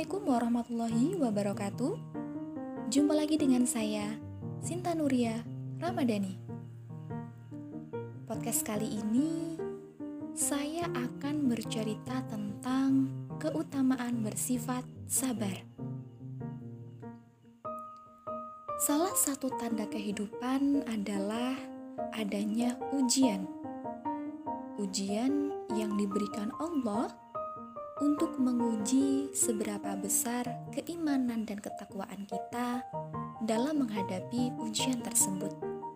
Assalamualaikum warahmatullahi wabarakatuh. Jumpa lagi dengan saya, Sinta Nuria Ramadhani. Podcast kali ini saya akan bercerita tentang keutamaan bersifat sabar. Salah satu tanda kehidupan adalah adanya ujian. Ujian yang diberikan Allah untuk menguji seberapa besar keimanan dan ketakwaan kita dalam menghadapi ujian tersebut.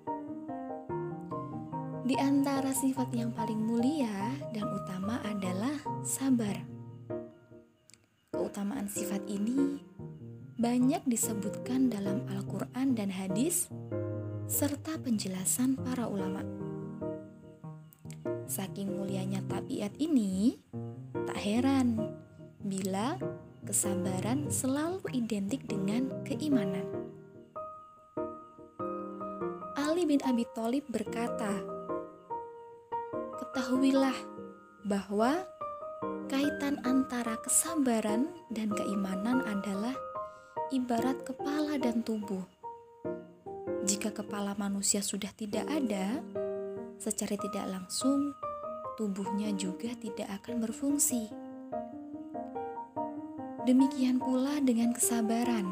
Di antara sifat yang paling mulia dan utama adalah sabar. Keutamaan sifat ini banyak disebutkan dalam Al-Quran dan hadis serta penjelasan para ulama. Saking mulianya tabiat ini, tak heran bila kesabaran selalu identik dengan keimanan. Ali bin Abi Thalib berkata, "Ketahuilah bahwa kaitan antara kesabaran dan keimanan adalah ibarat kepala dan tubuh. Jika kepala manusia sudah tidak ada, secara tidak langsung tubuhnya juga tidak akan berfungsi. Demikian pula dengan kesabaran.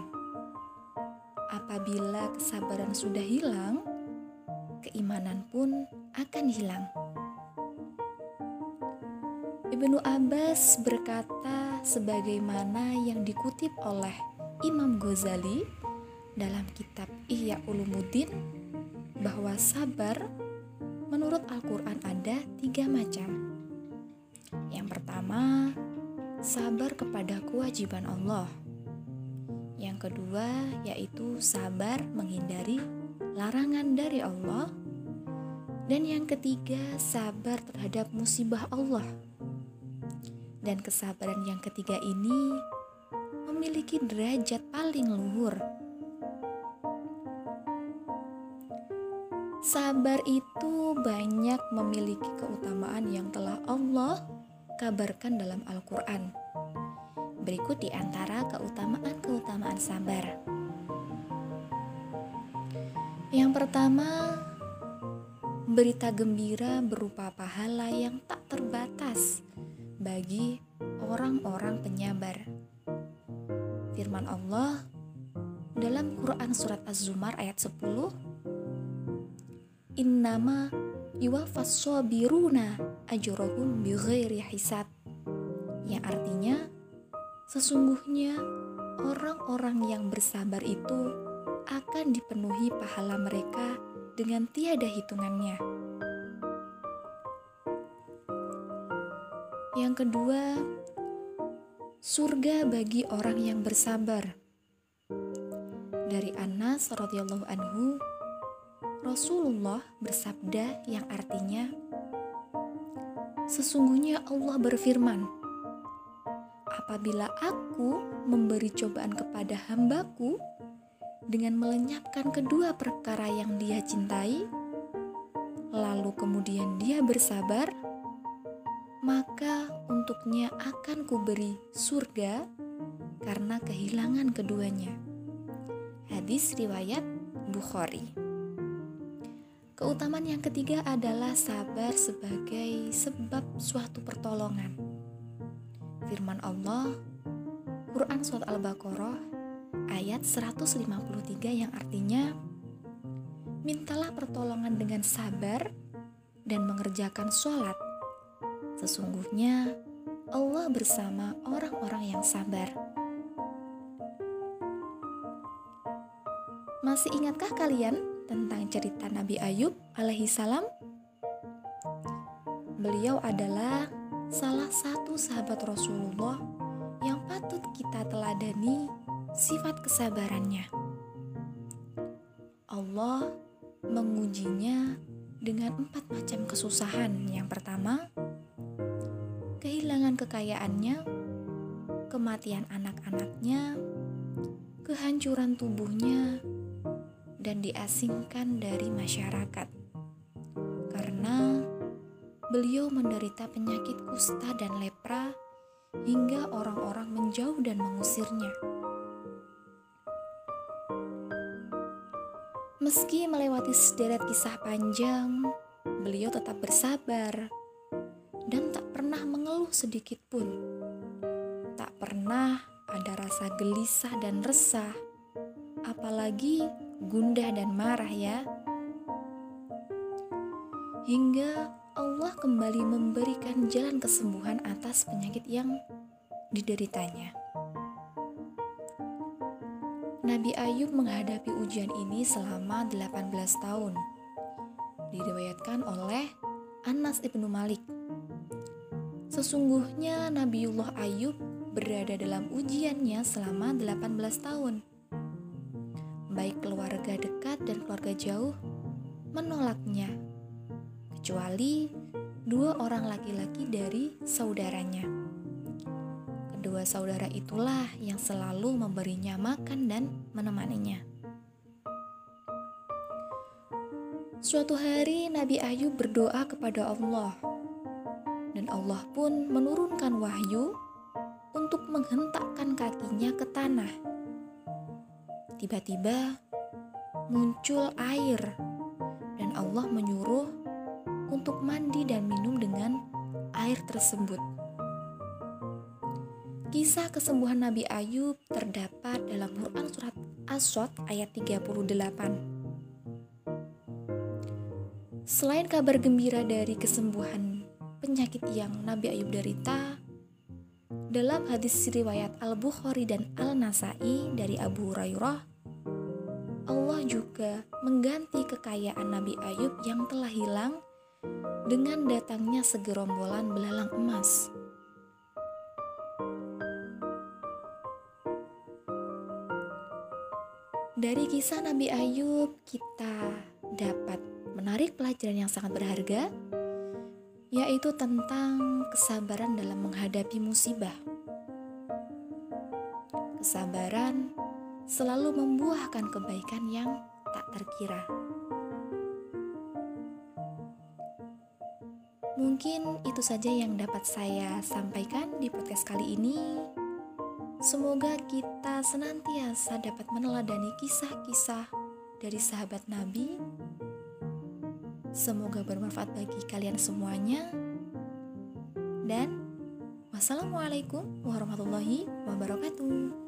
Apabila kesabaran sudah hilang, keimanan pun akan hilang." Ibnu Abbas berkata sebagaimana yang dikutip oleh Imam Ghazali dalam kitab Ihya Ulumuddin bahwa sabar menurut Al-Quran ada 3 macam. Yang pertama, sabar kepada kewajiban Allah. Yang kedua, yaitu sabar menghindari larangan dari Allah. Dan yang ketiga, sabar terhadap musibah Allah. Dan kesabaran yang ketiga ini memiliki derajat paling luhur. Sabar itu banyak memiliki keutamaan yang telah Allah kabarkan dalam Al-Quran. Berikut di antara keutamaan-keutamaan sabar. Yang pertama, berita gembira berupa pahala yang tak terbatas bagi orang-orang penyabar. Firman Allah dalam Quran Surat Az-Zumar ayat 10, "Innama yuwaffas sabiruna ajrahum bighairi hisab." Yang artinya, sesungguhnya orang-orang yang bersabar itu akan dipenuhi pahala mereka dengan tiada hitungannya. Yang kedua, surga bagi orang yang bersabar. Dari Anas radhiyallahu anhu, Rasulullah bersabda yang artinya, "Sesungguhnya Allah berfirman, apabila aku memberi cobaan kepada hambaku dengan melenyapkan kedua perkara yang dia cintai, lalu kemudian dia bersabar, maka untuknya akan kuberi surga karena kehilangan keduanya." Hadis riwayat Bukhari. Keutamaan yang ketiga adalah sabar sebagai sebab suatu pertolongan. Firman Allah, Quran Surat Al-Baqarah ayat 153 yang artinya, "Mintalah pertolongan dengan sabar dan mengerjakan sholat. Sesungguhnya Allah bersama orang-orang yang sabar." Masih ingatkah kalian tentang cerita Nabi Ayub alaihissalam? Beliau adalah salah satu sahabat Rasulullah yang patut kita teladani sifat kesabarannya. Allah mengujinya dengan 4 macam kesusahan. Yang pertama, kehilangan kekayaannya, kematian anak-anaknya, kehancuran tubuhnya, dan diasingkan dari masyarakat karena beliau menderita penyakit kusta dan lepra hingga orang-orang menjauh dan mengusirnya. Meski melewati sederet kisah panjang, beliau tetap bersabar dan tak pernah mengeluh sedikit pun. Tak pernah ada rasa gelisah dan resah, apalagi gundah dan marah ya. Hingga Allah kembali memberikan jalan kesembuhan atas penyakit yang dideritanya. Nabi Ayub menghadapi ujian ini selama 18 tahun. Diriwayatkan oleh Anas ibnu Malik. Sesungguhnya Nabiullah Ayub berada dalam ujiannya selama 18 tahun. Baik keluarga dekat dan keluarga jauh menolaknya, kecuali 2 orang laki-laki dari saudaranya. Kedua saudara itulah yang selalu memberinya makan dan menemaninya. Suatu hari Nabi Ayub berdoa kepada Allah, dan Allah pun menurunkan wahyu untuk menghentakkan kakinya ke tanah. Tiba-tiba muncul air, dan Allah menyuruh untuk mandi dan minum dengan air tersebut. Kisah kesembuhan Nabi Ayub terdapat dalam Quran surat As-Sod ayat 38. Selain kabar gembira dari kesembuhan penyakit yang Nabi Ayub derita, dalam hadis riwayat Al-Bukhari dan Al-Nasai dari Abu Hurairah, Allah juga mengganti kekayaan Nabi Ayub yang telah hilang dengan datangnya segerombolan belalang emas. Dari kisah Nabi Ayub, kita dapat menarik pelajaran yang sangat berharga, yaitu tentang kesabaran dalam menghadapi musibah. Kesabaran selalu membuahkan kebaikan yang tak terkira. Mungkin itu saja yang dapat saya sampaikan di podcast kali ini. Semoga kita senantiasa dapat meneladani kisah-kisah dari sahabat Nabi. Semoga bermanfaat bagi kalian semuanya. Dan wassalamualaikum warahmatullahi wabarakatuh.